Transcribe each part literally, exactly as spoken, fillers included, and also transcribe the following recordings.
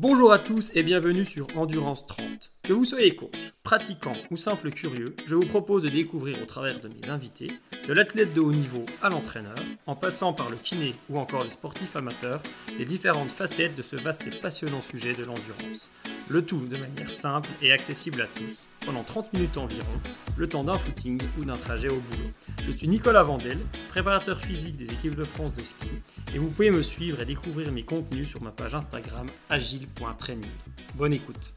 Bonjour à tous et bienvenue sur Endurance trente. Que vous soyez coach, pratiquant ou simple curieux, je vous propose de découvrir au travers de mes invités, de l'athlète de haut niveau à l'entraîneur, en passant par le kiné ou encore le sportif amateur, les différentes facettes de ce vaste et passionnant sujet de l'endurance. Le tout de manière simple et accessible à tous, pendant trente minutes environ, le temps d'un footing ou d'un trajet au boulot. Je suis Nicolas Vandel, préparateur physique des équipes de France de ski, et vous pouvez me suivre et découvrir mes contenus sur ma page Instagram agile point training. Bonne écoute.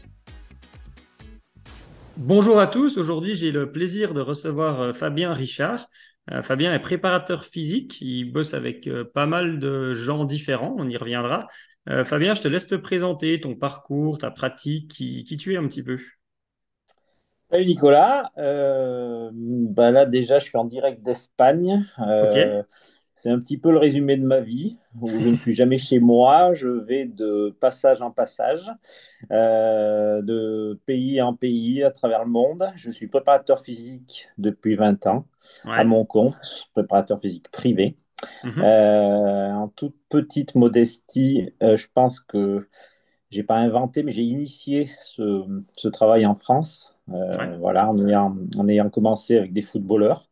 Bonjour à tous, aujourd'hui j'ai le plaisir de recevoir Fabien Richard. Euh, Fabien est préparateur physique, il bosse avec euh, pas mal de gens différents, on y reviendra. Euh, Fabien, je te laisse te présenter ton parcours, ta pratique, qui, qui tu es un petit peu. Salut Nicolas. Euh, bah là déjà je suis en direct d'Espagne. Ok. Euh, c'est un petit peu le résumé de ma vie où je ne suis jamais chez moi. Je vais de passage en passage, euh, de pays en pays à travers le monde. Je suis préparateur physique depuis vingt ans à Ouais. mon compte, préparateur physique privé. Mhm. Euh, en toute petite modestie, euh, je pense que j'ai pas inventé, mais j'ai initié ce, ce travail en France. Ouais. Euh, voilà, en ayant, en ayant commencé avec des footballeurs.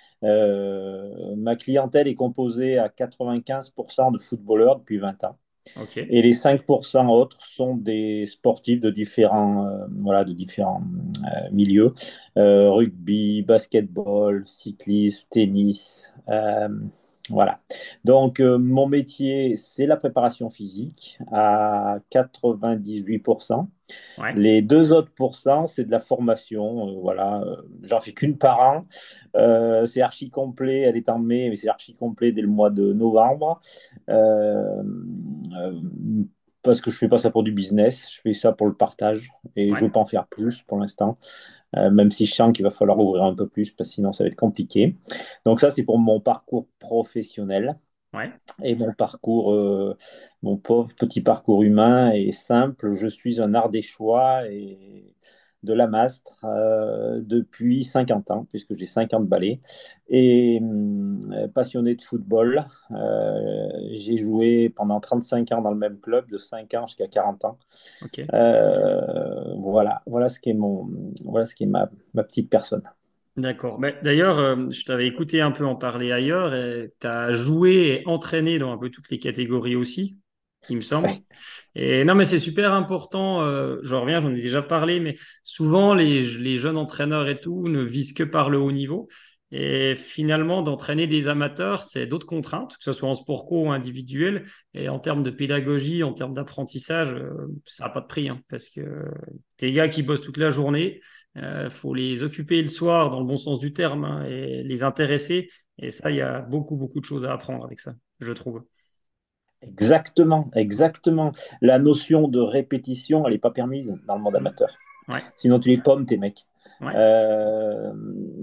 Euh, ma clientèle est composée à quatre-vingt-quinze pour cent de footballeurs depuis vingt ans. Ok. Et les cinq pour cent autres sont des sportifs de différents, euh, voilà, de différents euh, milieux. Euh, rugby, basketball, cyclisme, tennis. Euh, voilà. Donc, euh, mon métier, c'est la préparation physique à quatre-vingt-dix-huit pour cent. Ouais. Les deux autres pourcents, c'est de la formation. Euh, voilà, euh, j'en fais qu'une par an. Euh, c'est archi complet. Elle est en mai, mais c'est archi complet dès le mois de novembre. Euh, euh, Parce que je fais pas ça pour du business, je fais ça pour le partage et je Ouais. veux pas en faire plus pour l'instant. Euh, même si je sens qu'il va falloir ouvrir un peu plus parce que sinon ça va être compliqué. Donc ça, c'est pour mon parcours professionnel. Ouais. Et mon parcours, euh, mon pauvre petit parcours humain est simple. Je suis un ardéchois et de la Mastre euh, depuis cinquante ans, puisque j'ai cinquante balais. Et hum, passionné de football. Euh, j'ai joué pendant trente-cinq ans dans le même club, de cinq ans jusqu'à quarante ans. Ok. Euh, voilà, voilà ce qui est mon, voilà ce qui est ma, ma petite personne. D'accord. Ben, d'ailleurs, euh, je t'avais écouté un peu en parler ailleurs et tu as joué et entraîné dans un peu toutes les catégories aussi, il me semble. Ouais. Et non, mais c'est super important. Euh, je reviens, j'en ai déjà parlé, mais souvent les, les jeunes entraîneurs et tout ne visent que par le haut niveau. Et finalement, d'entraîner des amateurs, c'est d'autres contraintes, que ce soit en sport co ou individuel. Et en termes de pédagogie, en termes d'apprentissage, euh, ça n'a pas de prix, hein, parce que tes gars qui bossent toute la journée. Il euh, faut les occuper le soir dans le bon sens du terme, hein, et les intéresser. Et ça, il y a beaucoup, beaucoup de choses à apprendre avec ça, je trouve. Exactement, exactement. La notion de répétition, elle n'est pas permise dans le monde Mm. amateur. Ouais, Sinon, tu les pommes, tes mecs. ouais. Euh,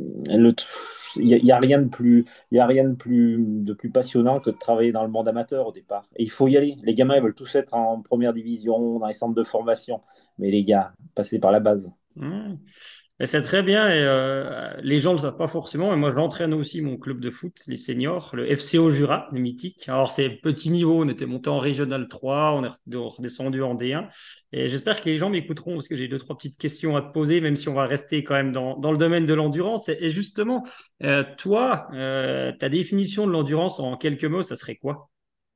le Il n'y a, y a rien de plus, il y a rien de plus, de plus passionnant que de travailler dans le monde amateur au départ. Et il faut y aller. Les gamins, ils veulent tous être en première division, dans les centres de formation. Mais les gars, passez par la base. Mm. Et c'est très bien. Et euh, les gens ne le savent pas forcément. Et moi, j'entraîne aussi mon club de foot, les seniors, le F C O Jura, le mythique. Alors, c'est petit niveau. On était monté en Régional trois. On est redescendu en D un. Et j'espère que les gens m'écouteront parce que j'ai deux, trois petites questions à te poser, même si on va rester quand même dans, dans le domaine de l'endurance. Et, et justement, euh, toi, euh, ta définition de l'endurance en quelques mots, ça serait quoi?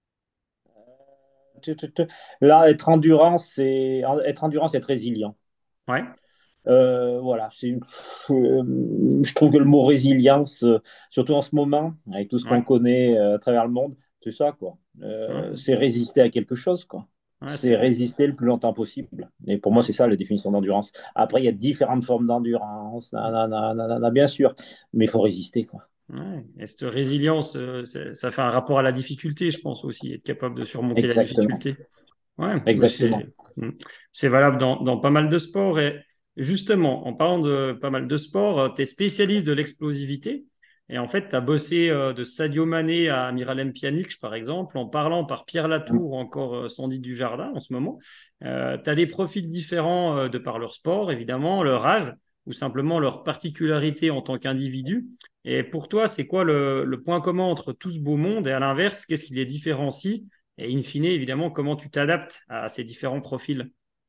Tu- tu- tu- Là, être endurant, c'est être endurant, c'est être résilient. Ouais, Euh, voilà, c'est une- euh, je trouve que le mot résilience, euh, surtout en ce moment, avec tout ce qu'on ouais, connaît euh, à travers le monde, c'est ça, quoi. ouais, Euh, c'est résister à quelque chose, quoi. ouais, C'est c'est. résister le plus longtemps possible. Et pour moi, Ouais. c'est ça la définition d'endurance. Après, il y a différentes formes d'endurance, nanana, nanana, bien sûr, mais il faut résister, quoi. Ouais. Et cette résilience, euh, c'est- ça fait un rapport à la difficulté, je pense aussi, être capable de surmonter la Exactement. difficulté. Ouais, mais Exactement. c'est mm. c'est valable dans, dans pas mal de sports. Et justement, en parlant de pas mal de sports, tu es spécialiste de l'explosivité. Et en fait, tu as bossé euh, de Sadio Mané à Miralem Pjanic, par exemple, en parlant par Pierre Latour ou encore euh, Sandy Dujardin en ce moment. tu as des profils différents euh, de par leur sport, évidemment, leur âge ou simplement leur particularité en tant qu'individu. Et pour toi, c'est quoi le, le point commun entre tout ce beau monde et à l'inverse, qu'est-ce qui les différencie? Et in fine, évidemment, comment tu t'adaptes à ces différents profils.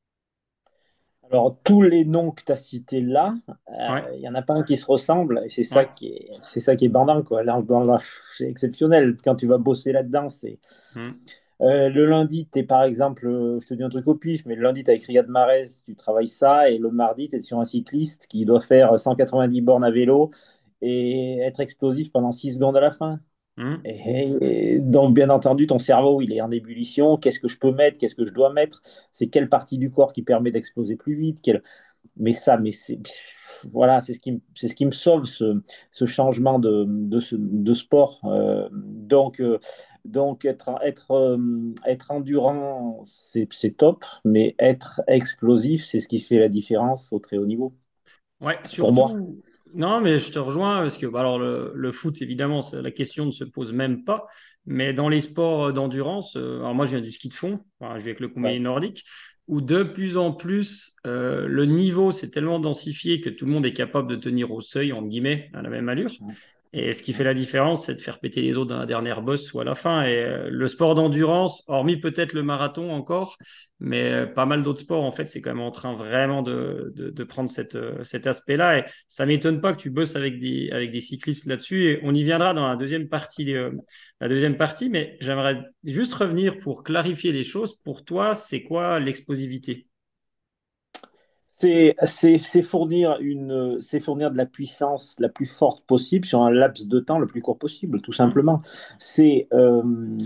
Alors, tous les noms que tu as cités là, Ouais, il n'y en a pas un qui se ressemble, et c'est ça ouais. qui est, c'est ça qui est bandant, quoi. Là, dans la- c'est exceptionnel. Quand tu vas bosser là-dedans, c'est. Hmm, Euh, le lundi, tu es par exemple, euh, je te dis un truc au pif, mais le lundi, tu as écrit Riyad Mahrez, tu travailles ça, et le mardi, tu es sur un cycliste qui doit faire cent quatre-vingt-dix bornes à vélo et être explosif pendant six secondes à la fin. hmm. Et, et donc, bien entendu, ton cerveau, il est en ébullition. Qu'est-ce que je peux mettre? Qu'est-ce que je dois mettre? C'est quelle partie du corps qui permet d'exploser plus vite? Quelle- Mais ça, mais c'est voilà, c'est ce qui, me- c'est ce qui me sauve, ce, ce changement de, de, ce- de sport. Euh, donc, euh, donc être, être, euh, être endurant, c'est c'est top, mais être explosif, c'est ce qui fait la différence au très haut niveau, Ouais, pour moi. surtout. Non, mais je te rejoins parce que bah, alors le, le foot, évidemment, c'est- la question ne se pose même pas. Mais dans les sports d'endurance, euh, alors moi, je viens du ski de fond, enfin, je vais avec le combiné Ouais. nordique, où de plus en plus, euh, le niveau s'est tellement densifié que tout le monde est capable de tenir au seuil, entre guillemets, à la même allure. Et ce qui fait la différence, c'est de faire péter les autres dans la dernière bosse ou à la fin. Et euh, le sport d'endurance, hormis peut-être le marathon encore, mais euh, pas mal d'autres sports, en fait, c'est quand même en train vraiment de, de, de prendre cette, euh, cet aspect-là. Et ça m'étonne pas que tu bosses avec des, avec des cyclistes là-dessus. Et on y viendra dans la deuxième partie, euh, la deuxième partie, mais j'aimerais juste revenir pour clarifier les choses. Pour toi, c'est quoi l'explosivité? C'est c'est- c'est fournir une, c'est fournir de la puissance la plus forte possible sur un laps de temps le plus court possible, tout Hum, simplement. C'est, euh,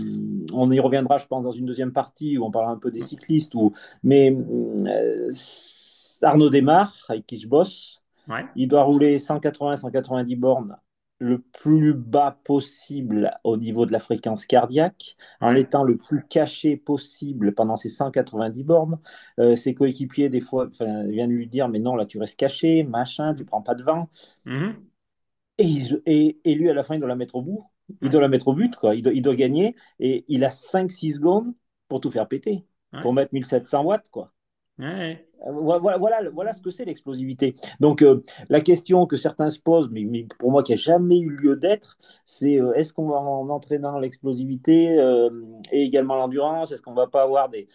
on y reviendra, je pense, dans une deuxième partie où on parlera un peu des hum. cyclistes. Ou, mais euh, Arnaud Desmar, avec qui je bosse, Ouais, il doit rouler cent quatre-vingts cent quatre-vingt-dix bornes le plus bas possible au niveau de la fréquence cardiaque, en ouais. étant le plus caché possible pendant ces cent quatre-vingt-dix bornes. Euh, ses coéquipiers, des fois, enfin, viennent lui dire, mais non, là, tu restes caché, machin, tu prends pas de vent. Mhm. Et, il- et, et lui, à la fin, il doit la mettre au bout. Il Ouais, doit la mettre au but, quoi. Il doit, il doit gagner. Et il a cinq six secondes pour tout faire péter, ouais, pour mettre mille sept cents watts, quoi. ouais. Euh, Voilà, voilà, voilà ce que c'est l'explosivité. Donc, euh, la question que certains se posent, mais, mais pour moi qui n'a jamais eu lieu d'être, c'est euh, est-ce qu'on va en entraînant l'explosivité euh, et également l'endurance, est-ce qu'on va pas avoir des,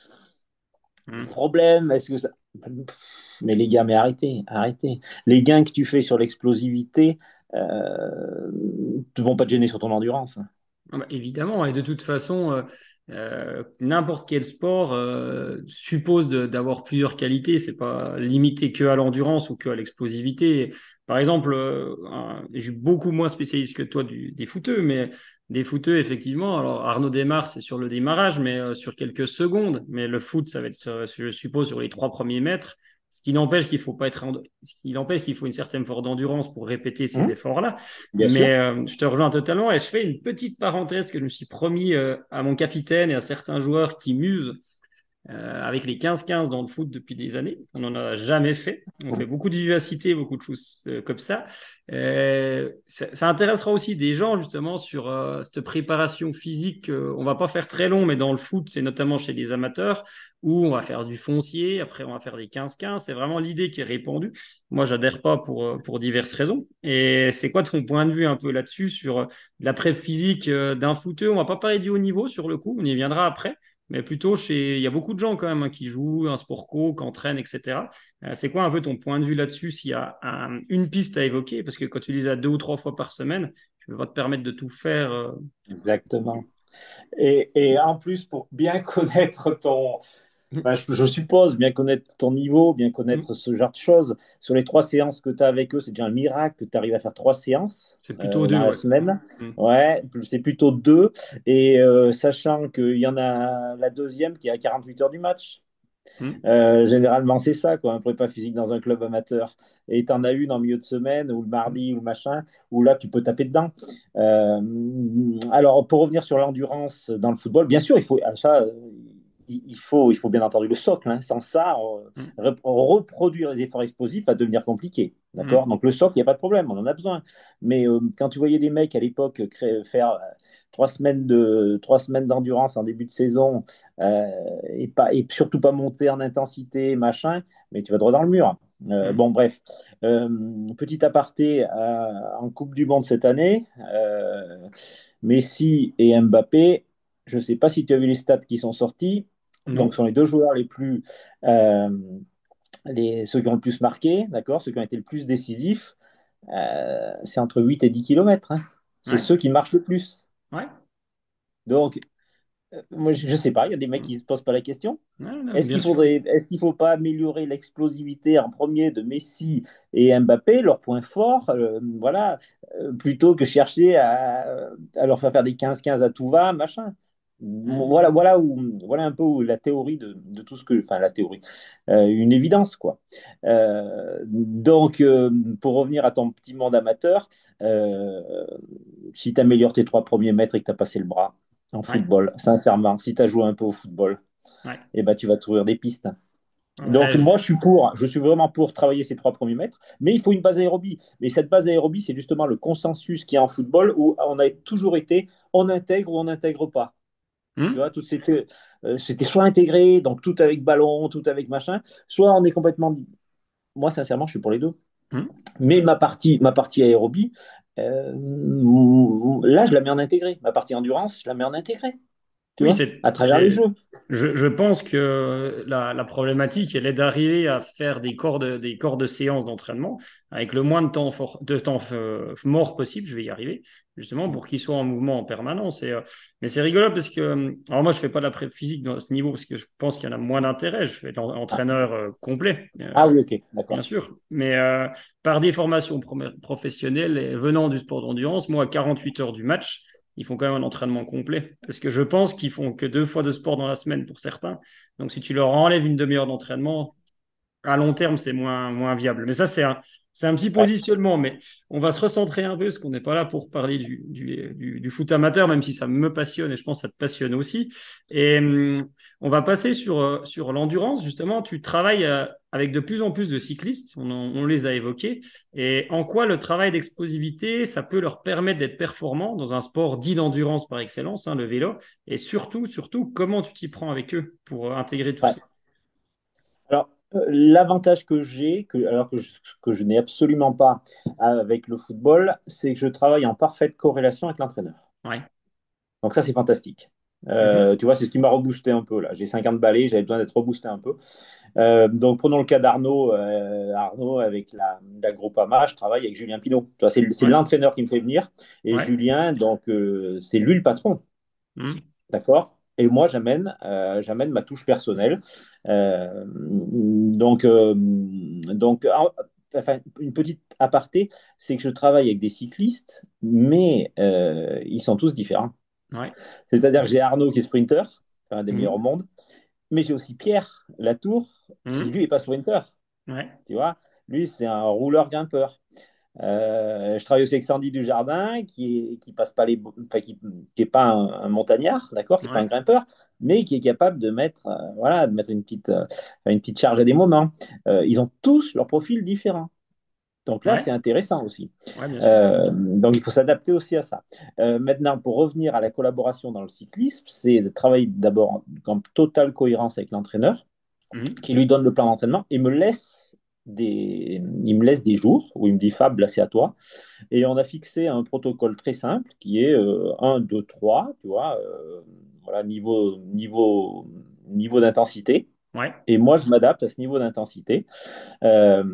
des Hum. problèmes? Est-ce que ça... Mais les gars, mais arrêtez, arrêtez. Les gains que tu fais sur l'explosivité euh, ne vont pas te gêner sur ton endurance. Ah bah, évidemment, et de toute façon, euh, euh, n'importe quel sport euh, suppose de- d'avoir plusieurs qualités. C'est pas limité que à l'endurance ou que à l'explosivité. Par exemple, euh, un- je suis beaucoup moins spécialiste que toi du- des footeux, mais des footeux, effectivement. Alors Arnaud démarre, c'est sur le démarrage, mais euh, sur quelques secondes. Mais le foot, ça va être, sur- je suppose, sur les trois premiers mètres. Ce qui n'empêche qu'il faut pas être, en- ce qui n'empêche qu'il faut une certaine forme d'endurance pour répéter ces Hum, efforts-là. bien Mais sûr. euh, je te rejoins totalement et je fais une petite parenthèse que je me suis promis euh, à mon capitaine et à certains joueurs qui musent euh, avec les quinze quinze dans le foot depuis des années. On n'en a jamais fait. On fait beaucoup de vivacité, beaucoup de choses euh, comme ça. Euh, ça. Ça intéressera aussi des gens justement sur euh, cette préparation physique. Euh, on va pas faire très long, mais dans le foot, c'est notamment chez les amateurs où on va faire du foncier, après on va faire des quinze quinze. C'est vraiment l'idée qui est répandue. Moi, j'adhère pas pour, euh, pour diverses raisons. Et c'est quoi ton point de vue un peu là-dessus sur euh, la prep physique euh, d'un footeur? On va pas parler du haut niveau sur le coup, on y viendra après mais plutôt chez. Il y a beaucoup de gens quand même hein, qui jouent un sport co, qui entraînent, et cetera. Euh, c'est quoi un peu ton point de vue là-dessus s'il y a un- une piste à évoquer? Parce que quand tu les as deux ou trois fois par semaine, tu ne peux pas te permettre de tout faire. euh. Exactement. Et, et en plus, pour bien connaître ton, enfin, je, je suppose, bien connaître ton niveau, bien connaître ce genre de choses, sur les trois séances que tu as avec eux, c'est déjà un miracle que tu arrives à faire trois séances C'est plutôt euh, deux, dans la ouais. semaine. Mm. Ouais, c'est plutôt deux. Et euh, sachant qu'il y en a la deuxième qui est à quarante-huit heures du match. Mm. Euh, généralement, c'est ça, quoi, un prépa physique dans un club amateur. Et tu en as une en milieu de semaine, ou le mardi, ou le machin, où là, tu peux taper dedans. Euh, alors, pour revenir sur l'endurance dans le football, bien sûr, il faut, ah, ça, euh, il faut, il faut bien entendu le socle. Hein. Sans ça, Mm. euh, reproduire les efforts explosifs va devenir compliqué. D'accord. Mm. Donc, le socle, il n'y a pas de problème, on en a besoin. Mais euh, quand tu voyais des mecs à l'époque créer, faire euh, trois semaines de, trois semaines d'endurance en début de saison, euh, et, pas, et surtout pas monter en intensité, machin, mais tu vas droit dans le mur. Euh, Mm. bon, bref. Euh, petit aparté, euh, en Coupe du Monde cette année, euh, Messi et Mbappé, Je ne sais pas si tu as vu les stats qui sont sortis. Donc, Non. ce sont les deux joueurs les plus, euh, les, ceux qui ont le plus marqué, d'accord, ceux qui ont été le plus décisifs. Euh, c'est entre huit et dix kilomètres, hein. C'est Ouais. ceux qui marchent le plus. Ouais. Donc, euh, moi, je ne sais pas, il y a des mecs qui ne se posent pas la question. Ouais, non, Est-ce bien qu'il sûr. faudrait, est-ce qu'il faut pas améliorer l'explosivité en premier de Messi et Mbappé, leurs points forts, euh, voilà, euh, plutôt que chercher à, à leur faire faire des quinze quinze à tout va, machin. Voilà, Ouais. voilà, où, voilà un peu où la théorie de, de tout ce que, enfin la théorie, euh, une évidence quoi. Euh, donc, euh, pour revenir à ton petit monde amateur, euh, si tu améliores tes trois premiers mètres et que tu as passé le bras en Ouais. football, sincèrement, si tu as joué un peu au football, Ouais. eh ben, tu vas trouver des pistes. Donc Ouais, moi, je- je suis pour, je suis vraiment pour travailler ces trois premiers mètres, mais il faut une base aérobie. Mais cette base aérobie, c'est justement le consensus qu'il y a en football où on a toujours été, on intègre ou on n'intègre pas. Tu Hmm. vois, tout c'était, euh, c'était soit intégré, donc tout avec ballon, tout avec machin, soit on est complètement. Moi, sincèrement, je suis pour les deux. Hmm. Mais ma partie, ma partie aérobie, euh, là, je la mets en intégré. Ma partie endurance, je la mets en intégré. Tu Oui, vois, c'est, à travers les c'est, jeux. je, je pense que la, la problématique, elle est d'arriver à faire des corps de, des corps de séance d'entraînement avec le moins de temps, for- de temps euh, mort possible, je vais y arriver, justement, pour qu'ils soient en mouvement en permanence. Et, euh, mais c'est rigolo parce que, euh, alors moi, je fais pas de la pré physique dans ce niveau parce que je pense qu'il y en a moins d'intérêt. Je fais l'en- Ah, entraîneur euh, complet. Euh, ah oui, ok, Bien d'accord. sûr, mais euh, par des formations pro professionnelles et venant du sport d'endurance, moi, à quarante-huit heures du match, ils font quand même un entraînement complet. Parce que je pense qu'ils font que deux fois de sport dans la semaine pour certains. Donc, si tu leur enlèves une demi-heure d'entraînement, à long terme, c'est moins, moins viable. Mais ça, c'est un, c'est un petit Ouais. positionnement. Mais on va se recentrer un peu, parce qu'on n'est pas là pour parler du, du, du, du foot amateur, même si ça me passionne et je pense que ça te passionne aussi. Et hum, on va passer sur, euh, sur l'endurance. Justement, tu travailles euh, avec de plus en plus de cyclistes, on, en- on les a évoqués. Et en quoi le travail d'explosivité, ça peut leur permettre d'être performants dans un sport dit d'endurance par excellence, hein, le vélo. Et surtout, surtout, comment tu t'y prends avec eux pour euh, intégrer tout Ouais. ça. Alors, euh, l'avantage que j'ai, que, alors que je, que je n'ai absolument pas avec le football, c'est que je travaille en parfaite corrélation avec l'entraîneur. Ouais. Donc ça, c'est fantastique. Euh, Mhm. tu vois, c'est ce qui m'a reboosté un peu là. J'ai cinquante balais, j'avais besoin d'être reboosté un peu. Euh, donc prenons le cas d'Arnaud. Euh, Arnaud, avec la, la Groupama, je travaille avec Julien Pinot. Tu vois, c'est c'est Ouais. l'entraîneur qui me fait venir. Et Ouais. Julien, donc, euh, c'est lui le patron. Mhm. D'accord? Et moi, j'amène euh, j'amène ma touche personnelle. Euh, donc, euh, donc en- enfin, une petite aparté, c'est que je travaille avec des cyclistes, mais euh, ils sont tous différents. Ouais. C'est-à-dire que Ouais. j'ai Arnaud qui est sprinter, un des meilleurs au Mhm. monde, mais j'ai aussi Pierre Latour, qui lui Mhm. est pas sprinter. Ouais. Tu vois? Lui, c'est un rouleur-grimpeur. Euh, je travaille aussi avec Sandy Dujardin, qui est, qui passe pas les, enfin, qui, qui est pas un, un montagnard, d'accord, qui est pas Ouais. un grimpeur, mais qui est capable de mettre, euh, voilà, de mettre une petite, euh, une petite charge à des moments. Euh, ils ont tous leur profil différent. Donc là, Ouais. c'est intéressant aussi. Ouais, bien sûr. Euh, donc il faut s'adapter aussi à ça. Euh, maintenant, pour revenir à la collaboration dans le cyclisme, c'est de travailler d'abord en, en totale cohérence avec l'entraîneur, Mhm. qui lui donne le plan d'entraînement et me laisse des, il me laisse des jours où il me dit Fab, là c'est à toi. Et on a fixé un protocole très simple qui est euh, un, deux, trois, tu vois, euh, voilà, niveau, niveau, niveau d'intensité. Ouais. Et moi, je m'adapte à ce niveau d'intensité. Euh,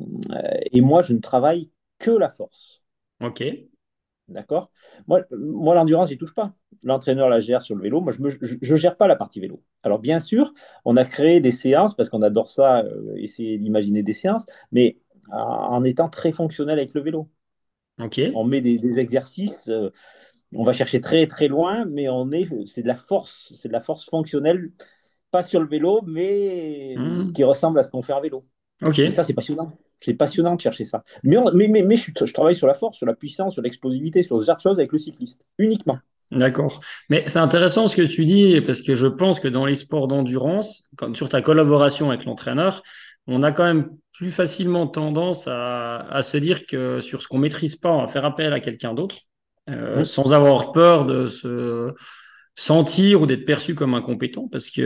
et moi, je ne travaille que la force. Ok. D'accord. Moi, moi l'endurance, j'y touche pas. L'entraîneur la gère sur le vélo. Moi, je ne gère pas la partie vélo. Alors, bien sûr, on a créé des séances parce qu'on adore ça, euh, essayer d'imaginer des séances, mais en, en étant très fonctionnel avec le vélo. Ok. On met des, des exercices, euh, on va chercher très très loin, mais on est, c'est de la force, c'est de la force fonctionnelle, pas sur le vélo, mais Mhm. qui ressemble à ce qu'on fait en vélo. Ok. Et ça, c'est passionnant. C'est passionnant de chercher ça. Mais, on- mais, mais, mais je, je travaille sur la force, sur la puissance, sur l'explosivité, sur ce genre de choses avec le cycliste, uniquement. D'accord. Mais c'est intéressant ce que tu dis parce que je pense que dans les sports d'endurance, quand- sur ta collaboration avec l'entraîneur, on a quand même plus facilement tendance à, à se dire que sur ce qu'on maîtrise pas, on va faire appel à quelqu'un d'autre, euh, Hum, sans avoir peur de se sentir ou d'être perçu comme incompétent, parce que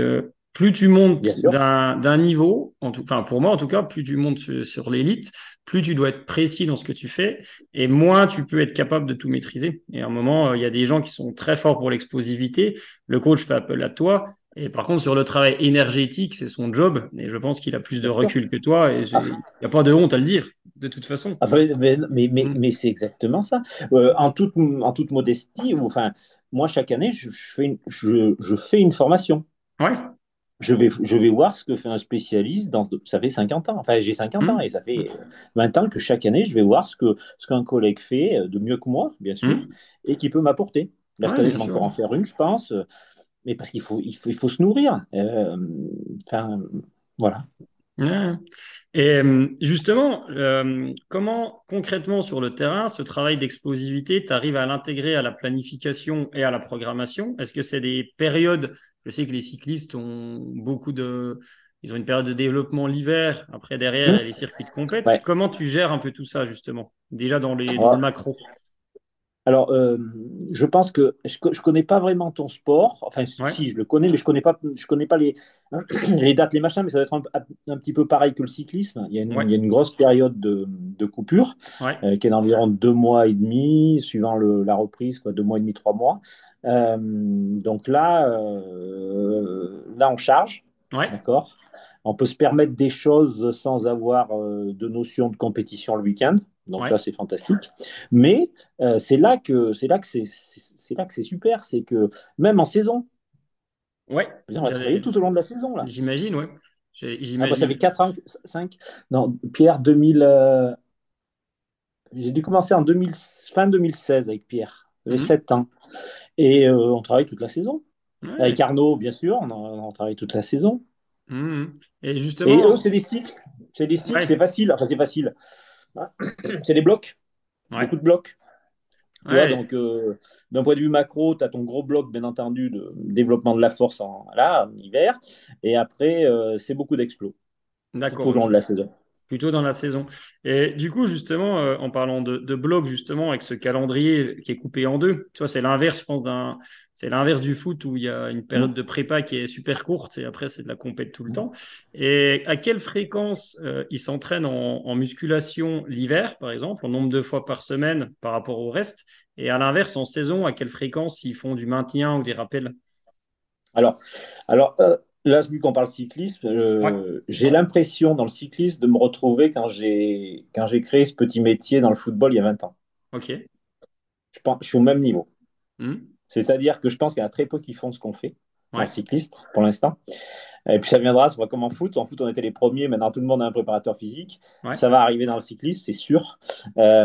Plus tu bien montes sûr. d'un d'un niveau, en tout, enfin pour moi en tout cas, plus tu montes sur, sur l'élite, plus tu dois être précis dans ce que tu fais et moins tu peux être capable de tout maîtriser. Et à un moment, euh, il y a des gens qui sont très forts pour l'explosivité. Le coach fait appel à toi. Et par contre, sur le travail énergétique, c'est son job. Et je pense qu'il a plus de Bien sûr. recul que toi. Et Ah, il n'y a pas de honte à le dire, de toute façon. ah, mais mais, mais, mais, Mm. mais c'est exactement ça. Euh, en toute, en toute modestie, ou, enfin, moi, chaque année, je, je fais une, je, je fais une formation. Ouais. Je vais, je vais voir ce que fait un spécialiste dans, ça fait cinquante ans. Enfin, j'ai cinquante ans et Mm. ça fait vingt ans que chaque année, je vais voir ce que, ce qu'un collègue fait euh, de mieux que moi, bien sûr, Mm. et qui peut m'apporter. Là, cette Ouais, année, bien je vais sûr. encore en faire une, je pense, euh, mais parce qu'il faut, il faut, il faut se nourrir. Euh, enfin, voilà. Ouais. Et euh, justement, euh, comment concrètement sur le terrain, ce travail d'explosivité, tu arrives à l'intégrer à la planification et à la programmation? Est-ce que c'est des périodes? Je sais que les cyclistes ont beaucoup de... Ils ont une période de développement l'hiver, après derrière, il y a Hum, les circuits de compète. ouais. Comment tu gères un peu tout ça, justement? Déjà dans les, dans le Alors, macro. Alors, euh, je pense que je ne connais pas vraiment ton sport. Enfin, Ouais, si, je le connais, mais je ne connais pas, je connais pas les, les dates, les machins, mais ça va être un, un petit peu pareil que le cyclisme. Il y a une, ouais, il y a une grosse période de, de coupure ouais. euh, qui est d'environ deux mois et demi, suivant le, la reprise, quoi, deux mois et demi, trois mois. Euh, donc là, euh, là, on charge, Ouais, d'accord? On peut se permettre des choses sans avoir euh, de notion de compétition le week-end. Donc ouais, ça, c'est fantastique. Mais euh, c'est là que c'est là que c'est c'est là que c'est super, c'est que même en saison, ouais. on va travailler J'allais- tout au long de la saison là. J'imagine, ouais. J'ai- Ah bah ça fait J'imagine. quatre ans, cinq. Non, Pierre deux mille. euh, j'ai dû commencer en deux mille, fin deux mille seize avec Pierre. J'avais Mhm. sept ans et euh, on travaille toute la saison. Avec Ouais. Arnaud, bien sûr, on, on travaille toute la saison. Mhm. Et Et eux, justement, c'est des cycles, c'est des cycles, c'est ouais, facile. Enfin, c'est facile. C'est des blocs, ouais, beaucoup de blocs. Tu vois, ouais, donc euh, d'un point de vue macro, tu as ton gros bloc, bien entendu, de développement de la force en, là, en hiver. Et après, euh, c'est beaucoup d'explos tout d'accord, au long ok. de la saison. Plutôt dans la saison. Et du coup, justement, euh, en parlant de, de blocs, justement, avec ce calendrier qui est coupé en deux, tu vois, c'est l'inverse, je pense, d'un, c'est l'inverse du foot où il y a une période de prépa qui est super courte et après, c'est de la compète tout le temps. Et à quelle fréquence euh, ils s'entraînent en, en musculation l'hiver, par exemple, en nombre de fois par semaine par rapport au reste? Et à l'inverse, en saison, à quelle fréquence ils font du maintien ou des rappels? Alors, alors euh, là, vu qu'on parle cyclisme, Ouais, euh, j'ai l'impression dans le cyclisme de me retrouver quand j'ai quand j'ai créé ce petit métier dans le football il y a vingt ans. ok. Je pense, je suis au même niveau. Hmm. C'est-à-dire que je pense qu'il y en a très peu qui font ce qu'on fait dans le Ouais, cyclisme pour l'instant. Et puis ça viendra, ça va comme en foot. En foot, on était les premiers, maintenant tout le monde a un préparateur physique. ouais. Ça va arriver dans le cyclisme, c'est sûr. Euh,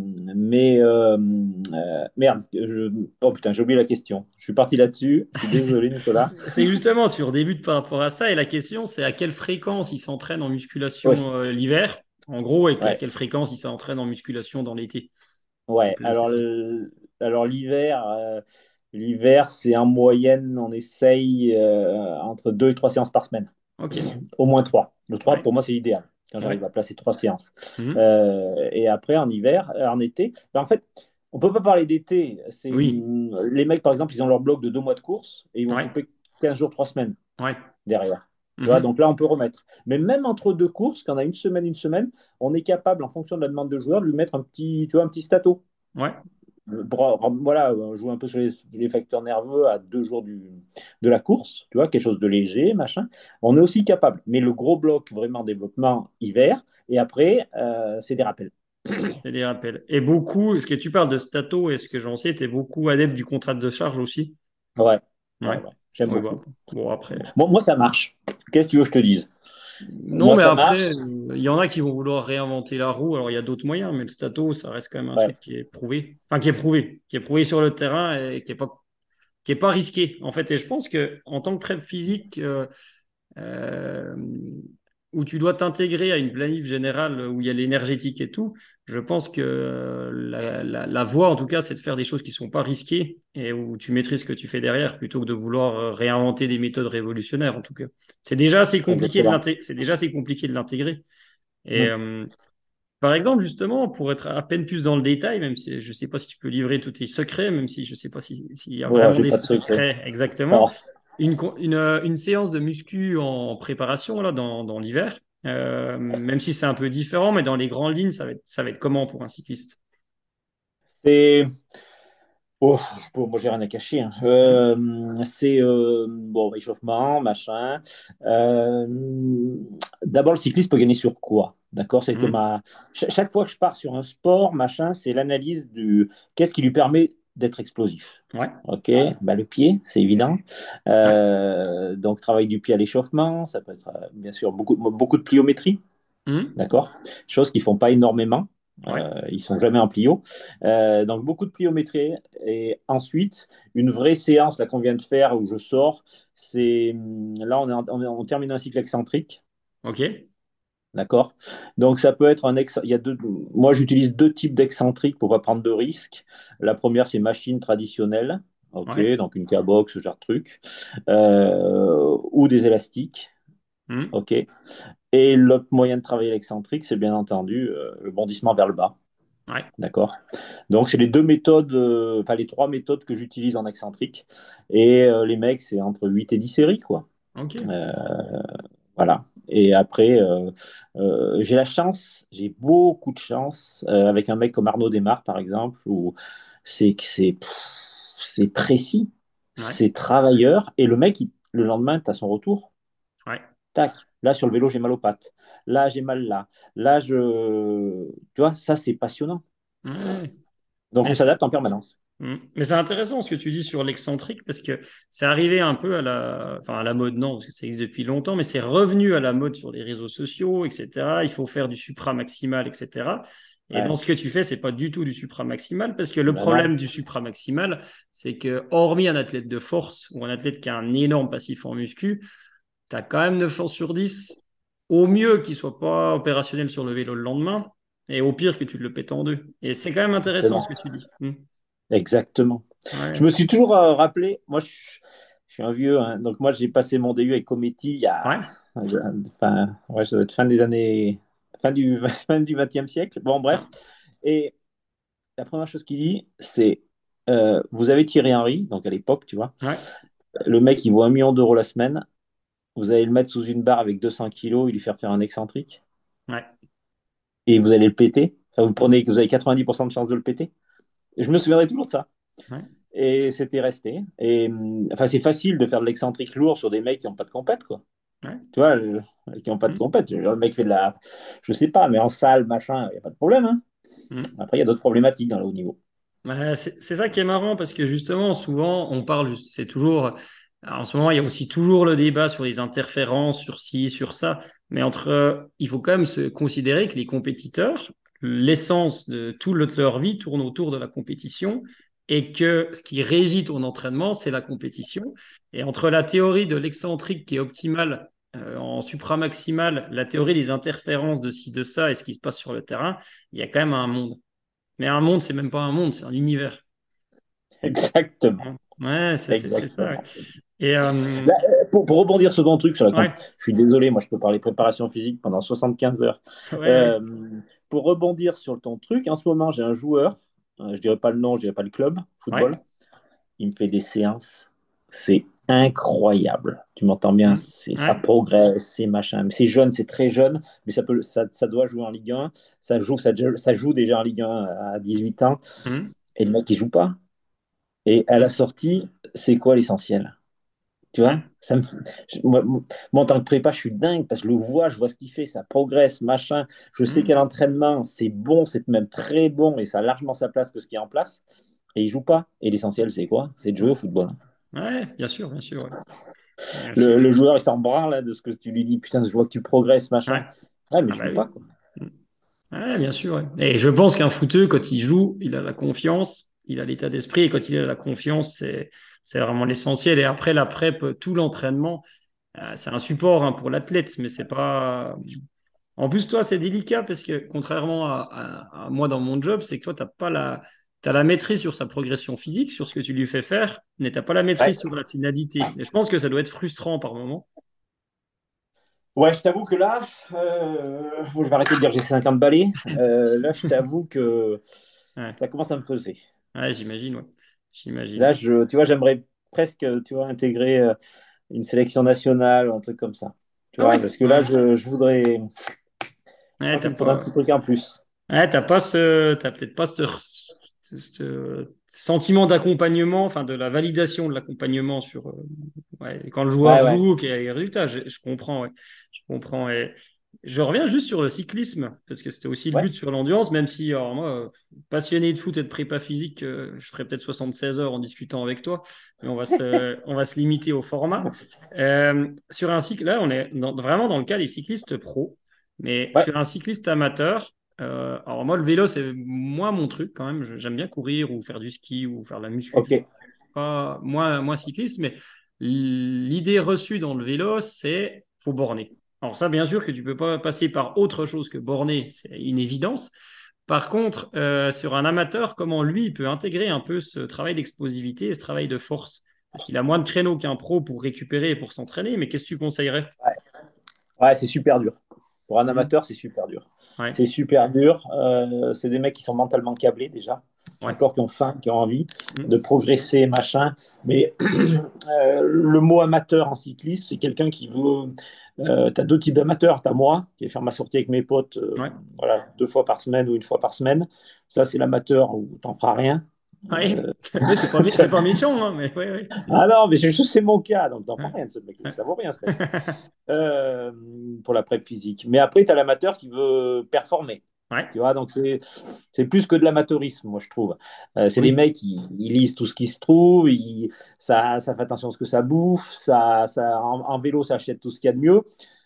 mais euh, euh, merde, je... oh putain, j'ai oublié la question. Je suis parti là-dessus. Je suis désolé, Nicolas. C'est justement, tu redébutes par rapport à ça. Et la question, c'est à quelle fréquence ils s'entraînent en Oui, musculation euh, l'hiver, en gros, et à ouais, quelle fréquence ils s'entraînent en musculation dans l'été, en ouais. pleine Alors, saison. le- alors l'hiver, euh, l'hiver, c'est en moyenne, on essaye euh, entre deux et trois séances par semaine. Ok, Au moins trois. Le trois, ouais, pour moi, c'est idéal quand ouais. j'arrive à placer trois séances. Mhm. Euh, et après, en hiver, euh, en été, ben, en fait, on ne peut pas parler d'été. C'est, Oui, hum, les mecs, par exemple, ils ont leur bloc de deux mois de course et ils vont ouais, couper quinze jours, trois semaines ouais. derrière. Tu vois, donc Mhm. là, on peut remettre. Mais même entre deux courses, quand on a une semaine, une semaine, on est capable, en fonction de la demande de joueur, de lui mettre un petit, tu vois, un petit stato. Ouais, Pour, voilà, jouer un peu sur les, les facteurs nerveux à deux jours du, de la course, tu vois, quelque chose de léger, machin. On est aussi capable. Mais le gros bloc, vraiment développement hiver, et après, euh, c'est des rappels. c'est des rappels. Et beaucoup, est-ce que tu parles de stato, est-ce que j'en sais, tu es beaucoup adepte du contrat de charge aussi? Ouais, ouais, Ouais, ouais. J'aime ouais, bah, beaucoup. bon, après. Bon, moi, ça marche. Qu'est-ce que tu veux que je te dise? Non, Moi, mais ça après, marche. euh, il y en a qui vont vouloir réinventer la roue. Alors, il y a d'autres moyens, mais le stato, ça reste quand même un Ouais, truc qui est prouvé. Enfin, qui est prouvé, qui est prouvé sur le terrain et qui est pas, qui est pas risqué, en fait. Et je pense que en tant que prep physique, euh, euh, où tu dois t'intégrer à une planif générale où il y a l'énergétique et tout, je pense que la, la, la voie, en tout cas, c'est de faire des choses qui sont pas risquées et où tu maîtrises ce que tu fais derrière plutôt que de vouloir euh, réinventer des méthodes révolutionnaires, en tout cas. C'est déjà assez compliqué de exactement. l'intégrer. C'est déjà assez compliqué de l'intégrer. Et Mm. euh, par exemple, justement, pour être à peine plus dans le détail, même si je ne sais pas si tu peux livrer tous tes secrets, même si je ne sais pas si- s'il y a Oh, vraiment j'ai des pas de secret. secrets exactement, Non. une, con- une, euh, une séance de muscu en préparation là, dans, dans l'hiver, euh, même si c'est un peu différent, mais dans les grandes lignes, ça va être, ça va être comment pour un cycliste? C'est Oh, bon, moi, j'ai rien à cacher, hein. Hmm. Euh, c'est euh, bon, échauffement, machin. Euh, D'abord, le cycliste peut gagner sur quoi? D'accord? C'était Hmm. ma. Cha- chaque fois que je pars sur un sport, machin, c'est l'analyse du qu'est-ce qui lui permet d'être explosif. Ouais, Ok, bah, le pied, c'est évident. ouais. Euh, donc, travail du pied à l'échauffement, ça peut être euh, bien sûr beaucoup, beaucoup de pliométrie. Hmm. D'accord? Chose qu'ils font pas énormément. Ouais, Euh, ils sont jamais en plio. Euh, donc beaucoup de pliométrie. Et ensuite, une vraie séance là qu'on vient de faire où je sors, c'est hum, là on, est en- on, est- on termine un cycle excentrique. ok. D'accord? Donc ça peut être un ex... il y a deux... Moi j'utilise deux types d'excentriques pour pas prendre de risques. La première c'est machine traditionnelle. Ok, Ouais. donc une K-box, ce genre de truc. Euh, ou des élastiques. Hmm. Ok. Et l'autre moyen de travailler l'excentrique, c'est bien entendu euh, le bondissement vers le bas. Ouais, D'accord? Donc, c'est les deux méthodes, euh, enfin les trois méthodes que j'utilise en excentrique. Et euh, les mecs, c'est entre huit et dix séries, quoi. ok. Euh, voilà. Et après, euh, euh, j'ai la chance, j'ai beaucoup de chance euh, avec un mec comme Arnaud Desmar, par exemple, où c'est que c'est pff, c'est précis, Ouais, c'est travailleur. Et le mec, il- le lendemain, tu as son retour. ouais. Tac, là sur le vélo, j'ai mal aux pattes. Là, j'ai mal là. Là, je. Tu vois, ça, c'est passionnant. Ouais. Donc, on Mais c'est s'adapte en permanence. hmm. Mais c'est intéressant ce que tu dis sur l'excentrique parce que c'est arrivé un peu à la, enfin à la mode, non, parce que ça existe depuis longtemps, mais c'est revenu à la mode sur les réseaux sociaux, et cetera. Il faut faire du supramaximal, et cetera. Et dans Ouais. ce que tu fais, c'est pas du tout du supramaximal parce que le Ben non, problème du supramaximal, c'est que hormis un athlète de force ou un athlète qui a un énorme passif en muscu, tu as quand même neuf chances sur dix, au mieux qu'il soit pas opérationnel sur le vélo le lendemain, et au pire que tu le pètes en deux. Et c'est quand même intéressant ce exactement. que tu dis. Hmm. Exactement. Je Ouais, me suis toujours euh, rappelé, moi, je, je suis un vieux, hein, donc moi, j'ai passé mon D U avec Cometti il y a. ouais, Enfin, ouais, ça doit être fin des années. Fin du, fin du vingtième siècle. Bon, ouais, bref. Et la première chose qu'il dit, c'est euh, vous avez Thierry Henry, donc à l'époque, tu vois, ouais, le mec, il vaut un million d'euros la semaine. Vous allez le mettre sous une barre avec deux cents kilos et lui faire faire un excentrique. ouais, Et vous allez le péter. Enfin, vous prenez que vous avez quatre-vingt-dix pour cent de chance de le péter. Et je me souviendrai toujours de ça. ouais, Et c'était resté. Et hum, enfin, c'est facile de faire de l'excentrique lourd sur des mecs qui n'ont pas de compète, quoi. ouais. Tu vois, le- qui n'ont pas de Hmm, compète. Le mec fait de la. Je sais pas, mais en salle, machin, il n'y a pas de problème, hein. hmm. Après, il y a d'autres problématiques dans le haut niveau. Ouais, c'est c'est ça qui est marrant parce que justement, souvent, on parle, c'est toujours, en ce moment, il y a aussi toujours le débat sur les interférences, sur ci, sur ça, mais entre, il faut quand même se considérer que les compétiteurs, l'essence de toute leur vie tourne autour de la compétition et que ce qui régit ton entraînement, c'est la compétition. Et entre la théorie de l'excentrique qui est optimale euh, en supramaximal, la théorie des interférences de ci, de ça et ce qui se passe sur le terrain, il y a quand même un monde. Mais un monde, c'est même pas un monde, c'est un univers. Exactement. Ouais, c'est c'est- c'est ça. Ouais. Exactement. Et euh, Là, euh, pour, pour rebondir sur ton truc, sur la comp, ouais, je suis désolé, moi je peux parler préparation physique pendant soixante-quinze heures. ouais, ouais. Euh, pour rebondir sur ton truc, en ce moment j'ai un joueur, euh, je dirais pas le nom, je dirais pas le club, Ouais. football, il me fait des séances, c'est incroyable. Tu m'entends bien, Hmm. c'est, ça Ouais. progresse, c'est machin. C'est jeune, c'est très jeune, mais ça, peut, ça, ça doit jouer en Ligue un. Ça joue, ça, ça joue déjà en Ligue un à dix-huit ans, Hmm. et le mec il joue pas. Et à la Hmm. sortie, c'est quoi l'essentiel? Tu Ouais. vois, ça me... je- moi, moi, en tant que prépa, je suis dingue parce que je le vois, je vois ce qu'il fait, ça progresse, machin. Je sais Hmm. qu'à l'entraînement, c'est bon, c'est même très bon et ça a largement sa place que ce qui est en place. Et il joue pas. Et l'essentiel, c'est quoi? C'est de jouer au Hmm. football. Ouais, bien sûr, bien sûr, ouais. Bien Le, sûr. le joueur, il s'en branle là, de ce que tu lui dis. Putain, je vois que tu progresses, Ouais. machin. Ouais, mais Ah je bah joue pas, oui. quoi. Hmm. Ouais, bien sûr, ouais. Et je pense qu'un footeux, quand il joue, il a la confiance, il a l'état d'esprit, et quand il a la confiance, c'est c'est vraiment l'essentiel. Et après la prep, tout l'entraînement, euh, c'est un support hein, pour l'athlète, mais c'est pas. En plus, toi, c'est délicat parce que contrairement à, à- à moi dans mon job, c'est que toi, tu n'as pas la, t'as la maîtrise sur sa progression physique, sur ce que tu lui fais faire, mais tu n'as pas la Ouais. maîtrise sur la finalité. Et je pense que ça doit être frustrant par moment. Ouais, je t'avoue que là, euh, bon, je vais arrêter de dire que j'ai cinquante balais. Euh, là, je t'avoue que Ouais, ça commence à me peser. ouais, j'imagine, ouais. Là, J'imagine. je, tu vois, j'aimerais. presque, tu vois, intégrer euh, une sélection nationale ou un truc comme ça. Tu Ah vois, ouais, parce que là, ouais. je, je voudrais, je Ouais, crois qu'il t'as me faudrait un pas, petit truc en plus. ouais, t'as pas ce, t'as peut-être pas ce, ce- ce sentiment d'accompagnement, enfin de la validation de l'accompagnement sur, euh, ouais, quand le Ouais, joueur ouais, joue, qu'il y a les résultats. Je, je comprends, ouais. Je comprends. Et je reviens juste sur le cyclisme, parce que c'était aussi le ouais. but sur l'endurance, même si, alors moi, euh, passionné de foot et de prépa physique, euh, je ferais peut-être soixante-seize heures en discutant avec toi, mais on va se, on va se limiter au format. Euh, sur un cycle, là, on est dans- vraiment dans le cas des cyclistes pros, mais Ouais, sur un cycliste amateur, euh, alors moi, le vélo, c'est moins mon truc quand même. Je- J'aime bien courir ou faire du ski ou faire de la muscu. Je ok. suis pas moins, moins cycliste, mais l'idée reçue dans le vélo, c'est faut borner. Alors ça, bien sûr que tu peux pas passer par autre chose que borner, c'est une évidence. Par contre, euh, sur un amateur, comment lui il peut intégrer un peu ce travail d'explosivité et ce travail de force? Parce qu'il a moins de créneaux qu'un pro pour récupérer et pour s'entraîner, mais qu'est-ce que tu conseillerais? Ouais, ouais, c'est super dur. Pour un Mhm. amateur, c'est super dur. Ouais, C'est super dur. Euh, c'est des mecs qui sont mentalement câblés déjà. ouais. D'accord, qui ont faim, qui ont envie Mhm. de progresser, machin. Mais euh, le mot amateur en cyclisme, c'est quelqu'un qui veut. Euh, tu as deux types d'amateurs. Tu as moi, qui vais faire ma sortie avec mes potes euh, Ouais. voilà, deux fois par semaine ou une fois par semaine. Ça, c'est l'amateur où tu n'en feras rien. Ouais. Euh, Mais c'est pas, c'est pas méchant, hein, mais ouais, ouais. ah non, mais c'est juste c'est mon cas, donc t'en feras Ouais. rien de ce mec. Ouais. Ça vaut rien ce mec. Euh, pour la prep physique. Mais après, tu as l'amateur qui veut performer. Ouais. Tu vois, donc c'est, c'est plus que de l'amateurisme, moi, je trouve. Euh, c'est les Oui. mecs, ils, ils lisent tout ce qui se trouve, ils- ça, ça fait attention à ce que ça bouffe, ça, ça, en, en vélo, ça achète tout ce qu'il y a de mieux.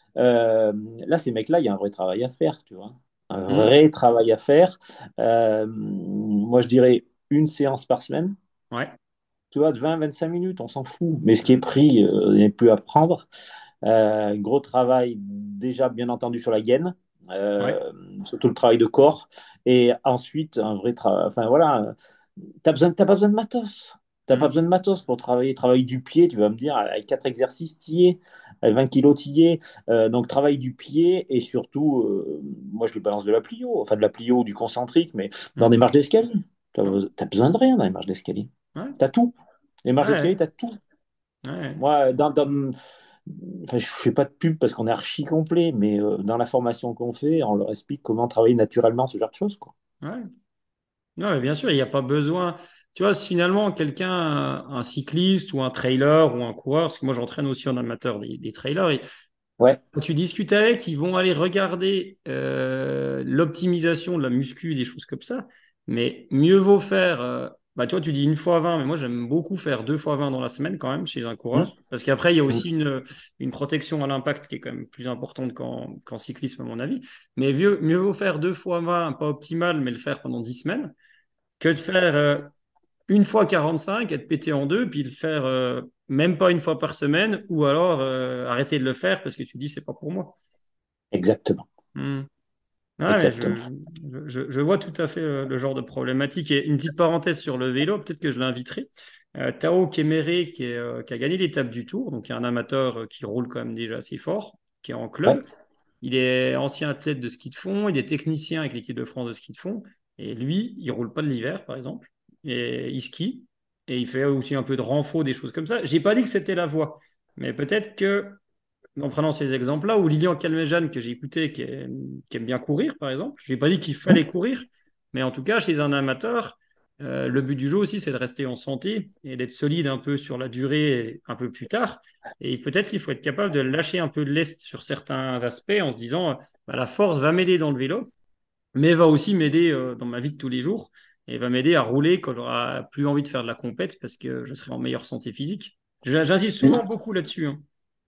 Euh, là, ces mecs-là, il y a un vrai travail à faire, tu vois. Un Mhm. vrai travail à faire. Euh, moi, je dirais une séance par semaine, Ouais. tu vois, de vingt à vingt-cinq minutes, on s'en fout. Mais ce qui est pris euh, n'est plus à prendre. Euh, gros travail déjà bien entendu sur la gaine, Ouais. euh, surtout le travail de corps. Et ensuite, un vrai travail. Enfin voilà, tu n'as pas besoin de matos. Tu n'as pas Mhm. besoin de matos pour travailler. Travail du pied, tu vas me dire, avec quatre exercices, tu y es. Avec vingt kilos, tu y es. Euh, donc, travail du pied et surtout, euh, moi, je lui balance de la plio, enfin de la plio ou du concentrique, mais dans des Mhm. marches d'escalier. Tu Ouais. n'as besoin de rien dans les marches d'escalier. Ouais. Tu as tout. Les marches Ouais. d'escalier, tu as tout. Ouais. Moi, dans, dans, enfin, je ne fais pas de pub parce qu'on est archi complet, mais euh, dans la formation qu'on fait, on leur explique comment travailler naturellement ce genre de choses, quoi. Ouais. Non, mais bien sûr, il n'y a pas besoin. Tu vois, si finalement, quelqu'un, un un cycliste ou un trailer ou un coureur, parce que moi j'entraîne aussi en amateur des, des trailers, et Ouais, quand tu discutes avec, ils vont aller regarder euh, l'optimisation de la muscu, des choses comme ça. Mais mieux vaut faire, euh, bah, toi tu dis une fois vingt, mais moi j'aime beaucoup faire deux fois vingt dans la semaine quand même chez un hum, coureur. Parce qu'après, il y a hum, aussi une, une protection à l'impact qui est quand même plus importante qu'en qu'en cyclisme, à mon avis. Mais mieux, mieux vaut faire deux fois vingt, pas optimal, mais le faire pendant dix semaines que de faire euh, une fois quarante-cinq, être pété en deux, puis le faire euh, même pas une fois par semaine, ou alors euh, arrêter de le faire parce que tu dis c'est pas pour moi. exactement, Hmm. Ouais, mais exactement. je, je, je vois tout à fait euh, le genre de problématique. Et une petite parenthèse sur le vélo, peut-être que je l'inviterai. Euh, Tao Kemeré, qui, est, euh, qui a gagné l'étape du Tour, donc il y a un amateur euh, qui roule quand même déjà assez fort, qui est en Ouais, club. Il est ancien athlète de ski de fond, il est technicien avec l'équipe de France de ski de fond. Et lui, il roule pas de l'hiver, par exemple. Et il skie. Et il fait aussi un peu de renfort, des choses comme ça. J'ai pas dit que c'était la voie. Mais peut-être que, en prenant ces exemples-là, ou Lilian Calmejane, que j'ai écouté, qui, est- qui aime bien courir, par exemple, j'ai pas dit qu'il hum, fallait courir. Mais en tout cas, chez un amateur, euh, le but du jeu aussi, c'est de rester en santé et d'être solide un peu sur la durée un peu plus tard. Et peut-être qu'il faut être capable de lâcher un peu de lest sur certains aspects en se disant, euh, bah, la force va m'aider dans le vélo, mais va aussi m'aider euh, dans ma vie de tous les jours et va m'aider à rouler quand j'aurai plus envie de faire de la compète parce que je serai en meilleure santé physique. J- J'insiste souvent hum. beaucoup là-dessus, hein.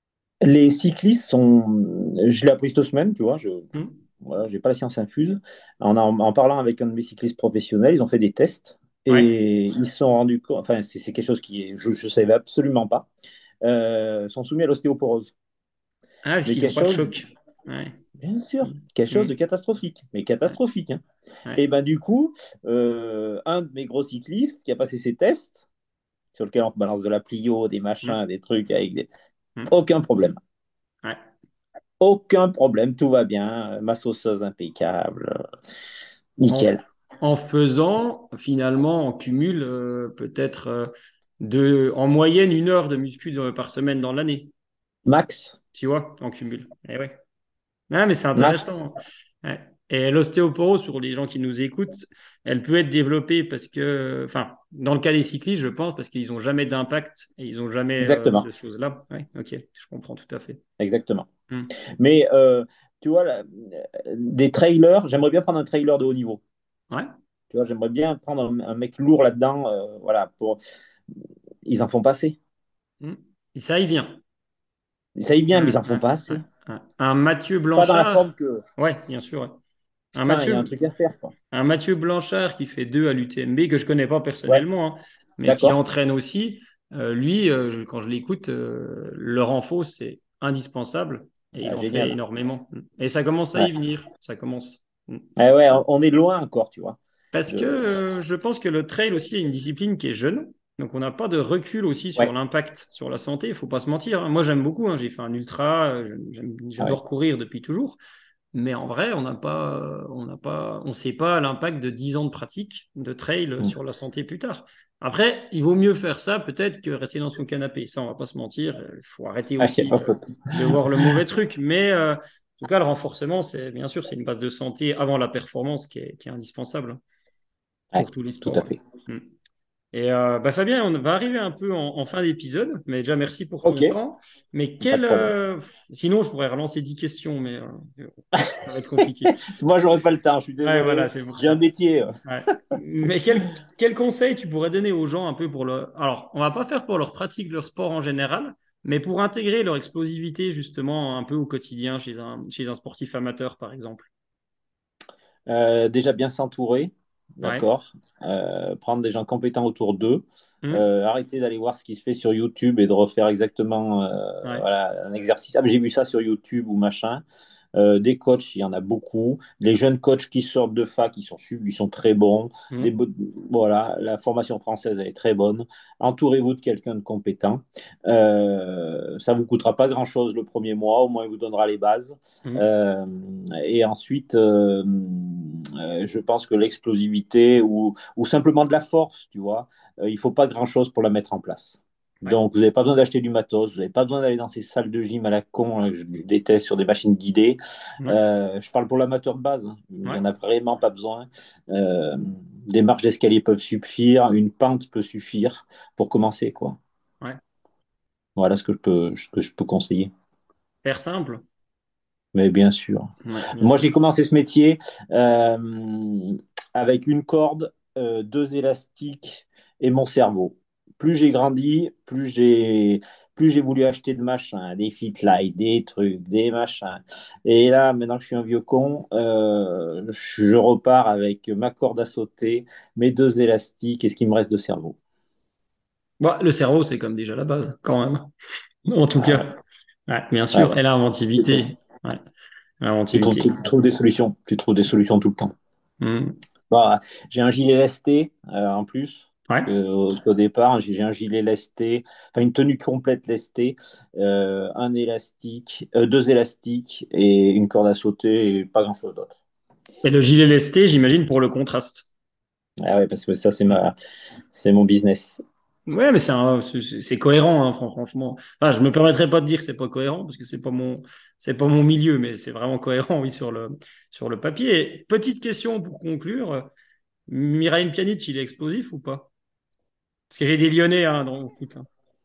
Les cyclistes sont. Je l'ai appris cette semaine, tu vois. Je Hmm. voilà, j'ai pas la science infuse. En, en, en parlant avec un de mes cyclistes professionnels, ils ont fait des tests Ouais. et ils se sont rendus compte. Enfin, c'est c'est quelque chose qui est, je ne savais absolument pas. Euh, sont soumis à l'ostéoporose. Ah, parce Mais qu'ils n'ont quelque pas de chose, choc. Ouais. bien sûr, Hmm. quelque chose Hmm. de catastrophique, mais Ouais. catastrophique, hein. Ouais. Et ben du coup, euh, un de mes gros cyclistes qui a passé ses tests, sur lequel on balance de la plio, des Hmm. machins, des trucs avec des... Hmm. Aucun problème. Ouais. Aucun problème, tout va bien. Ma sauceuse impeccable. En, f- Nickel. en faisant, finalement, on cumule euh, peut-être euh, de, en moyenne, une heure de muscu de- par semaine dans l'année, Max, tu vois, en cumul. Eh ouais. Ah, mais c'est max, intéressant. Ouais. Et l'ostéoporose, pour les gens qui nous écoutent, elle peut être développée parce que, enfin, dans le cas des cyclistes, je pense, parce qu'ils n'ont jamais d'impact et ils n'ont jamais euh, exactement, de choses là. Ouais, ok, je comprends tout à fait. exactement. Hmm. Mais euh, tu vois, là, des trailers, j'aimerais bien prendre un trailer de haut niveau. Ouais. Tu vois, j'aimerais bien prendre un, un mec lourd là-dedans. Euh, voilà, pour... Ils en font pas assez. Hmm. Et ça y vient. Ça y est bien, mais Ouais, ils en font ouais, pas ouais, assez. ouais. Un Mathieu Pas dans la Blanchard, forme que. ouais, bien sûr. Ouais. Un Putain, il y a un Mathieu, truc à faire, quoi. un Mathieu Blanchard qui fait deux à l'U T M B, que je connais pas Ouais, personnellement, hein, mais qui d'accord. entraîne aussi. Euh, lui, euh, je- quand je l'écoute, euh, le renfort, c'est indispensable et il Ah, en fait génial. énormément. Et ça commence à Ouais. y venir. Ça commence. Mm. Eh ouais, on on est loin encore, tu vois. Parce que De... euh, je pense que le trail aussi est une discipline qui est jeune. Donc on n'a pas de recul aussi sur Ouais, l'impact sur la santé. Il faut pas se mentir, hein. Moi j'aime beaucoup, hein. J'ai fait un ultra. euh, j'aime- ah ouais. J'adore courir depuis toujours. Mais en vrai, on n'a pas, on n'a pas, on sait pas l'impact de dix ans de pratique de trail Mm. sur la santé plus tard. Après, il vaut mieux faire ça peut-être que rester dans son canapé. Ça, on va pas se mentir. Il faut arrêter Ah, y a aussi pas de, photo. de voir le mauvais truc. Mais euh, en tout cas, le renforcement, c'est bien sûr, c'est une base de santé avant la performance qui est, qui est indispensable Ouais, pour tous les tout sports. à Ouais. fait. Mm. Et euh, bah Fabien, on va arriver un peu en, en fin d'épisode, mais déjà merci pour ton Ok, temps. Mais pas quel, de problème. euh, sinon, je pourrais relancer dix questions, mais euh, ça va être compliqué. Moi, j'aurais pas le temps, je suis Ouais, voilà, désolé. c'est pour J'ai un ça. métier. euh. Ouais. Mais quel, quel conseil tu pourrais donner aux gens un peu pour le... Alors, on va pas faire pour leur pratique de leur sport en général, mais pour intégrer leur explosivité justement un peu au quotidien chez un, chez un sportif amateur, par exemple. Euh, déjà bien s'entourer, Ouais. d'accord. Euh, prendre des gens compétents autour d'eux. Hmm. Euh, arrêter d'aller voir ce qui se fait sur YouTube et de refaire exactement euh, Ouais. voilà, un exercice. Ah, mais j'ai vu ça sur YouTube ou machin. Euh, des coachs, il y en a beaucoup. Les jeunes coachs qui sortent de fac, ils sont, ils sont très bons. Les, Hmm. voilà, la formation française, elle est très bonne. Entourez-vous de quelqu'un de compétent. Euh, ça ne vous coûtera pas grand-chose le premier mois, au moins il vous donnera les bases. Hmm. Euh, et ensuite, euh, euh, je pense que l'explosivité ou, ou, simplement de la force, tu vois, euh, il ne faut pas grand-chose pour la mettre en place. Ouais. Donc, vous n'avez pas besoin d'acheter du matos, vous n'avez pas besoin d'aller dans ces salles de gym à la con, hein, je déteste, sur des machines guidées. Ouais. Euh, je parle pour l'amateur de base, hein. Il n'y Ouais. en a vraiment pas besoin. Euh, des marches d'escalier peuvent suffire, une pente peut suffire pour commencer, quoi. Ouais. Voilà ce que je peux, ce que je peux conseiller. Faire simple. Mais bien sûr. Ouais, bien Moi, sûr. j'ai commencé ce métier euh, avec une corde, euh, deux élastiques et mon cerveau. Plus j'ai grandi, plus j'ai plus j'ai voulu acheter de machins, des Fitlight, des trucs, des machins. Et là, maintenant que je suis un vieux con, euh, je repars avec ma corde à sauter, mes deux élastiques et ce qui me reste de cerveau. Bon, le cerveau, c'est comme déjà la base, quand même. En tout Ah cas. ouais, Ouais, bien ouais. sûr. Et l'inventivité. Ouais. Tu trouves, tu L'inventivité. trouves des solutions, tu trouves des solutions tout le temps. Hmm. Bah, j'ai un gilet lesté euh, en plus. Ouais. que- Au, au départ, j'ai j'ai un gilet lesté, enfin une tenue complète lestée, euh, un élastique, euh, deux élastiques et une corde à sauter et pas grand-chose d'autre. Et le gilet lesté, j'imagine, pour le contraste. Ah ouais, parce que ça, c'est Hmm. ma, c'est mon business. Ouais, mais c'est un- c'est c'est cohérent, hein, fran- franchement. Enfin, je me permettrai pas de dire que c'est pas cohérent parce que c'est pas mon, c'est pas mon milieu, mais c'est vraiment cohérent, oui, sur le, sur le papier. Et petite question pour conclure. Mirail Pjanic, il est explosif ou pas? Parce que j'ai des Lyonnais, hein, dans le foot, hein.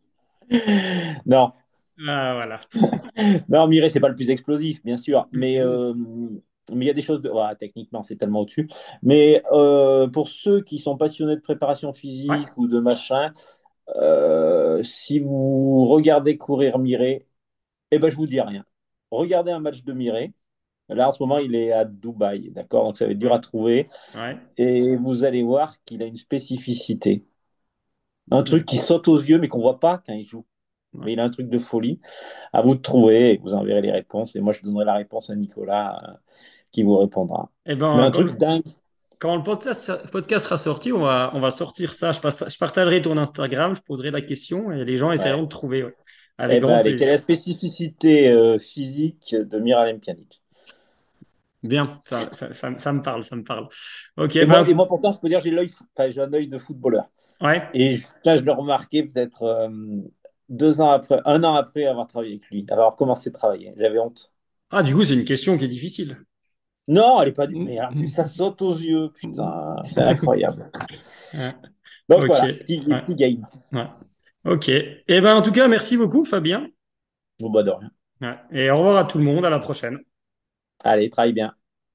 Non, Ah, voilà. non, Mireille, c'est pas le plus explosif, bien sûr, mais Oh. euh, mais il y a des choses de, ouais, techniquement, c'est tellement au-dessus. Mais euh, pour ceux qui sont passionnés de préparation Ouais, physique ou de machin, euh, si vous regardez courir Mireille, eh ben, je vous dis rien. Regardez un match de Mireille. Là, en ce moment, il est à Dubaï, d'accord? Donc, ça va être dur à ouais, trouver. ouais. Et vous allez voir qu'il a une spécificité. Un truc Mhm. qui saute aux yeux, mais qu'on voit pas quand il joue. Ouais. Mais il a un truc de folie. À vous de trouver, et vous enverrez les réponses. Et moi, je donnerai la réponse à Nicolas, euh, qui vous répondra. Eh Mais ben, un quand truc le, dingue. quand le podcast, podcast sera sorti, on va, on va sortir ça. Je, passe- je partagerai ton Instagram, je poserai la question et les gens essaieront Ouais. de trouver. Ouais. Avec Eh ben, grand allez, quelle est plaisir. la spécificité euh, physique de Miralem Pjanic? Bien, ça, ça, ça, ça me parle, ça me parle. Ok, Et moi, et ben, moi pourtant, je peux dire, j'ai l'œil, enfin, j'ai un œil de footballeur. ouais. Et je, ça, je l'ai remarqué peut-être euh, deux ans après, un an après avoir travaillé avec lui, avoir commencé de travailler. J'avais honte. Ah, du coup, c'est une question qui est difficile. Non, elle est pas. Mais en plus, ça saute aux yeux, putain, c'est incroyable. Ouais. Donc Ok, voilà, petit, ouais, petit game. ouais. Ok. Eh ben, en tout cas, merci beaucoup, Fabien. Bon, bah de rien. Ouais. Et au revoir à tout le monde, à la prochaine. Allez, travaille bien.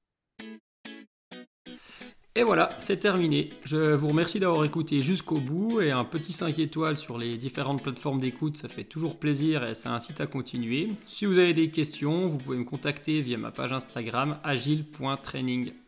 Et voilà, c'est terminé. Je vous remercie d'avoir écouté jusqu'au bout et un petit cinq étoiles sur les différentes plateformes d'écoute, ça fait toujours plaisir et ça incite à continuer. Si vous avez des questions, vous pouvez me contacter via ma page Instagram agile point training.